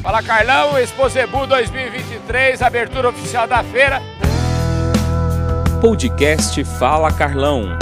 Fala Carlão, Expo Zebu 2023, abertura oficial da feira. Podcast Fala Carlão.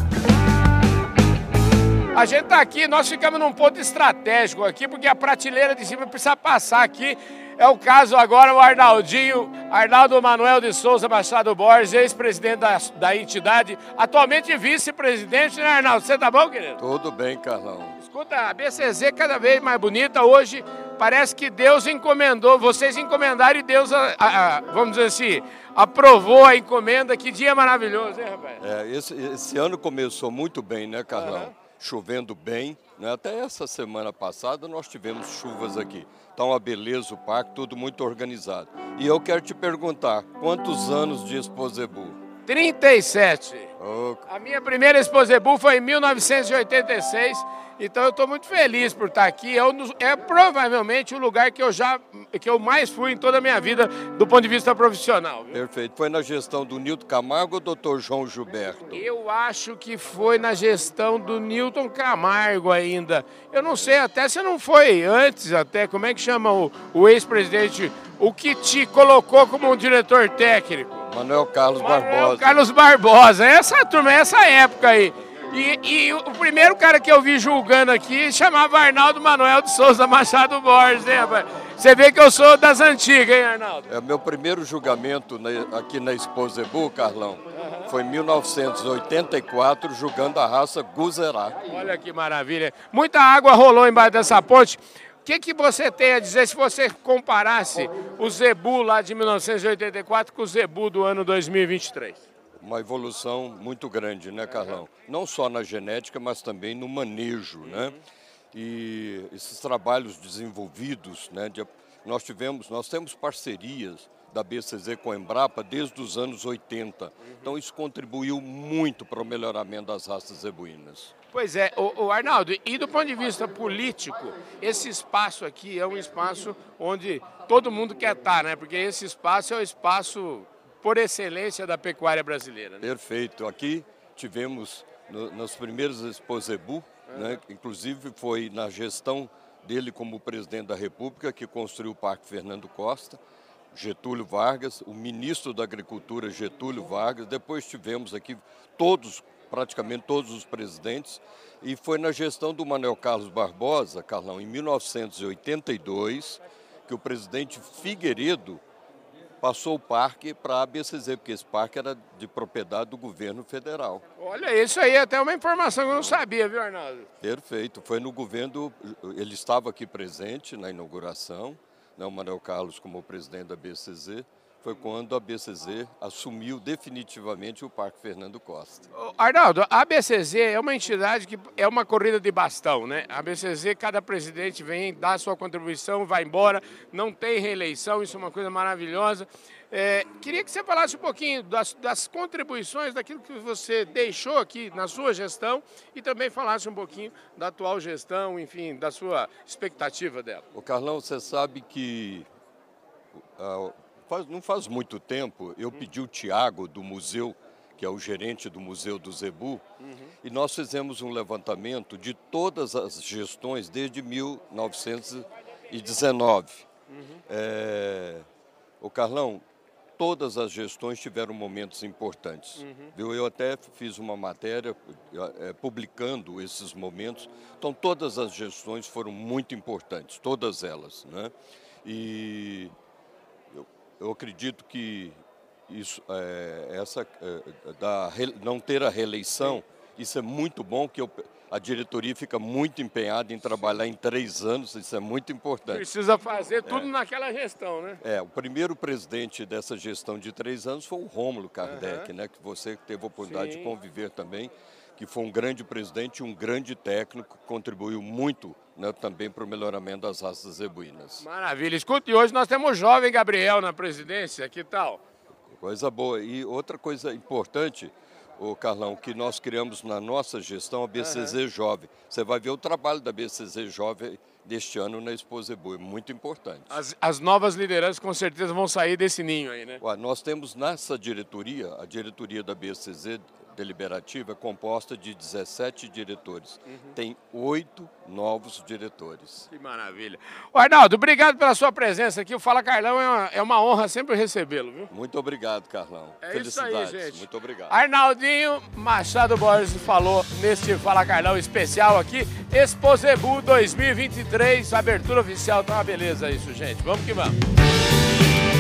A gente tá aqui, nós ficamos num ponto estratégico aqui, porque a prateleira de cima precisa passar aqui. É o caso agora, o Arnaldo Manuel de Souza Machado Borges, ex-presidente da entidade, atualmente vice-presidente, né, Arnaldo? Você tá bom, querido? Tudo bem, Carlão. Escuta, a BCZ cada vez mais bonita. Hoje parece que Deus encomendou, vocês encomendaram e Deus, vamos dizer assim, aprovou a encomenda. Que dia maravilhoso, hein, rapaz? Esse ano começou muito bem, né, Carlão? Chovendo bem, né? Até essa semana passada nós tivemos chuvas aqui. Tá uma beleza o parque, tudo muito organizado. E eu quero te perguntar, quantos anos de Expo Zebu? 37. Oh. A minha primeira Expo Zebu foi em 1986, então eu estou muito feliz por estar aqui. É provavelmente o lugar que eu mais fui em toda a minha vida, do ponto de vista profissional. Viu? Perfeito. Foi na gestão do Nilton Camargo ou do Dr. João Gilberto? Eu acho que foi na gestão do Nilton Camargo ainda. Eu não sei até se não foi antes até. Como é que chama o ex-presidente, o que te colocou como um diretor técnico? Manuel Carlos Barbosa. Manuel Carlos Barbosa. Essa turma, essa época aí. E o primeiro cara que eu vi julgando aqui chamava Arnaldo Manuel de Souza Machado Borges, né, rapaz? Você vê que eu sou das antigas, hein, Arnaldo? É, meu primeiro julgamento aqui na Expo Zebu, Carlão, foi em 1984, julgando a raça Guzerá. Olha que maravilha. Muita água rolou embaixo dessa ponte. O que você tem a dizer se você comparasse o Zebu lá de 1984 com o Zebu do ano 2023? Uma evolução muito grande, né, Carlão? Não só na genética, mas também no manejo, né? E esses trabalhos desenvolvidos, né? Nós temos parcerias da BCZ com a Embrapa desde os anos 80. Então isso contribuiu muito para o melhoramento das raças zebuínas. Pois é, o Arnaldo, e do ponto de vista político, esse espaço aqui é um espaço onde todo mundo quer estar, né? Porque esse espaço é o espaço por excelência da pecuária brasileira. Né? Perfeito. Aqui tivemos, nas primeiras Expo Zebu, né? Inclusive foi na gestão dele como presidente da República que construiu o Parque Fernando Costa, Getúlio Vargas, o ministro da Agricultura Getúlio Vargas, depois tivemos aqui praticamente todos os presidentes, e foi na gestão do Manuel Carlos Barbosa, Carlão, em 1982, que o presidente Figueiredo passou o parque para a BCZ, porque esse parque era de propriedade do governo federal. Olha, isso aí é até uma informação que eu não sabia, viu, Arnaldo? Perfeito. Foi no governo, ele estava aqui presente na inauguração, né, o Manuel Carlos como presidente da BCZ, foi quando a BCZ assumiu definitivamente o Parque Fernando Costa. Arnaldo, a BCZ é uma entidade que é uma corrida de bastão, né? A BCZ, cada presidente vem, dá a sua contribuição, vai embora, não tem reeleição, isso é uma coisa maravilhosa. Queria que você falasse um pouquinho das contribuições, daquilo que você deixou aqui na sua gestão e também falasse um pouquinho da atual gestão, enfim, da sua expectativa dela. O Carlão, você sabe que não faz muito tempo eu pedi o Tiago do museu, que é o gerente do Museu do Zebu, e nós fizemos um levantamento de todas as gestões desde 1919. O Carlão, todas as gestões tiveram momentos importantes. Eu até fiz uma matéria publicando esses momentos. Então, todas as gestões foram muito importantes, todas elas, né? E eu acredito que isso, não ter a reeleição, isso é muito bom, que a diretoria fica muito empenhada em trabalhar em 3 anos, isso é muito importante. Precisa fazer tudo naquela gestão, né? O primeiro presidente dessa gestão de 3 anos foi o Rômulo Kardec, né, que você teve a oportunidade de conviver também, que foi um grande presidente, um grande técnico, que contribuiu muito, né, também para o melhoramento das raças zebuínas. Maravilha. Escuta, e hoje nós temos o jovem Gabriel na presidência, que tal? Coisa boa. E outra coisa importante, Carlão, que nós criamos na nossa gestão, a BCZ Jovem. Você vai ver o trabalho da BCZ Jovem deste ano na Expo Zebu, é muito importante. As novas lideranças com certeza vão sair desse ninho aí, né? Nós temos nessa diretoria, a diretoria da BCZ, Deliberativa é composta de 17 diretores. Tem 8 novos diretores. Que maravilha. Ô, Arnaldo, obrigado pela sua presença aqui. O Fala Carlão é uma honra sempre recebê-lo, viu? Muito obrigado, Carlão. Felicidades. Isso aí, gente. Muito obrigado. Arnaldinho Machado Borges falou neste Fala Carlão especial aqui, Exposebu 2023, abertura oficial. Tá uma beleza isso, gente. Vamos que vamos.